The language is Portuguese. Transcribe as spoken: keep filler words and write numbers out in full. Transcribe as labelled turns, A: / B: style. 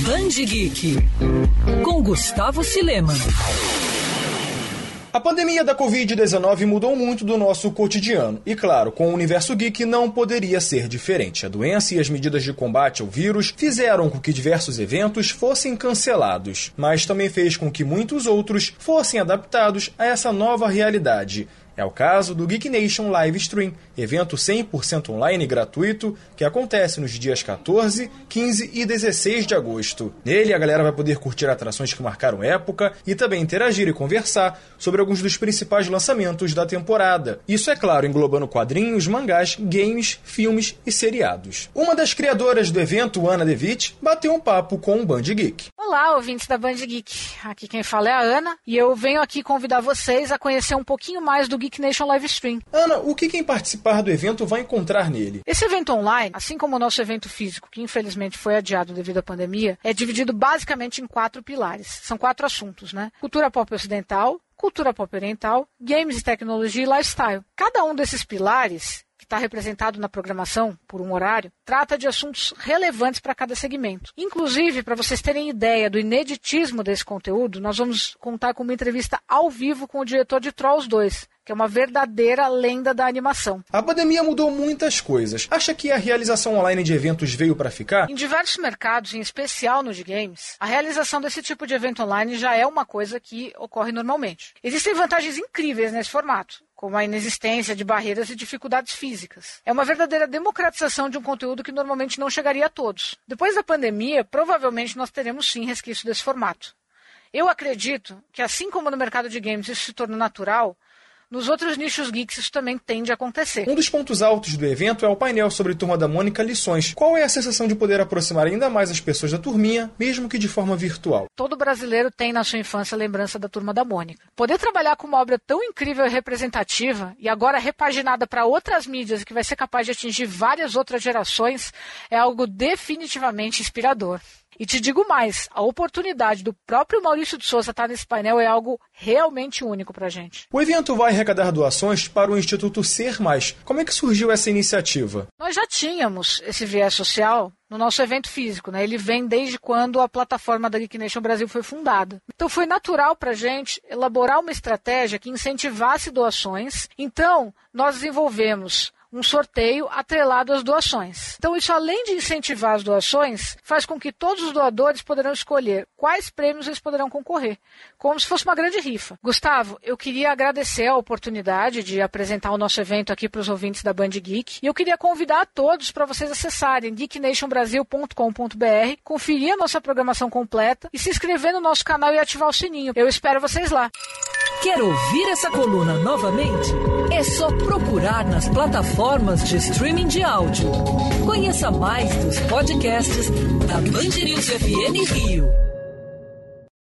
A: Band Geek, com Gustavo Silema.
B: A pandemia da covid dezenove mudou muito do nosso cotidiano. E claro, com o universo geek não poderia ser diferente. A doença e as medidas de combate ao vírus fizeram com que diversos eventos fossem cancelados. Mas também fez com que muitos outros fossem adaptados a essa nova realidade. É o caso do Geek Nation Live Stream, evento cem por cento online e gratuito que acontece nos dias quatorze, quinze e dezesseis de agosto. Nele, a galera vai poder curtir atrações que marcaram época e também interagir e conversar sobre alguns dos principais lançamentos da temporada. Isso, é claro, englobando quadrinhos, mangás, games, filmes e seriados. Uma das criadoras do evento, Ana Devitt, bateu um papo com o Band Geek.
C: Olá, ouvintes da Band Geek. Aqui quem fala é a Ana e eu venho aqui convidar vocês a conhecer um pouquinho mais do Geek Nation Live Stream.
B: Ana, o que quem participar do evento vai encontrar nele?
C: Esse evento online, assim como o nosso evento físico, que infelizmente foi adiado devido à pandemia, é dividido basicamente em quatro pilares. São quatro assuntos, né? Cultura pop ocidental, cultura pop oriental, games e tecnologia e lifestyle. Cada um desses pilares, que está representado na programação por um horário, trata de assuntos relevantes para cada segmento. Inclusive, para vocês terem ideia do ineditismo desse conteúdo, nós vamos contar com uma entrevista ao vivo com o diretor de Trolls dois, que é uma verdadeira lenda da animação.
B: A pandemia mudou muitas coisas. Acha que a realização online de eventos veio para ficar?
C: Em diversos mercados, em especial nos de games, a realização desse tipo de evento online já é uma coisa que ocorre normalmente. Existem vantagens incríveis nesse formato, como a inexistência de barreiras e dificuldades físicas. É uma verdadeira democratização de um conteúdo que normalmente não chegaria a todos. Depois da pandemia, provavelmente nós teremos sim resquício desse formato. Eu acredito que, assim como no mercado de games isso se tornou natural, nos outros nichos geeks isso também tende a acontecer.
B: Um dos pontos altos do evento é o painel sobre Turma da Mônica Lições. Qual é a sensação de poder aproximar ainda mais as pessoas da turminha, mesmo que de forma virtual?
C: Todo brasileiro tem na sua infância a lembrança da Turma da Mônica. Poder trabalhar com uma obra tão incrível e representativa, e agora repaginada para outras mídias, que vai ser capaz de atingir várias outras gerações, é algo definitivamente inspirador. E te digo mais, a oportunidade do próprio Maurício de Souza estar nesse painel é algo realmente único pra gente.
B: O evento vai arrecadar doações para o Instituto Ser Mais. Como é que surgiu essa iniciativa?
C: Nós já tínhamos esse viés social no nosso evento físico, né? Ele vem desde quando a plataforma da Geek Nation Brasil foi fundada. Então foi natural pra gente elaborar uma estratégia que incentivasse doações. Então, nós desenvolvemos um sorteio atrelado às doações. Então isso, além de incentivar as doações, faz com que todos os doadores poderão escolher quais prêmios eles poderão concorrer, como se fosse uma grande rifa. Gustavo, eu queria agradecer a oportunidade de apresentar o nosso evento aqui para os ouvintes da Band Geek, e eu queria convidar a todos para vocês acessarem geek nation brasil ponto com ponto b r, conferir a nossa programação completa e se inscrever no nosso canal e ativar o sininho. Eu espero vocês lá.
A: Quer ouvir essa coluna novamente? É só procurar nas plataformas de streaming de áudio. Conheça mais dos podcasts da Band News F M Rio.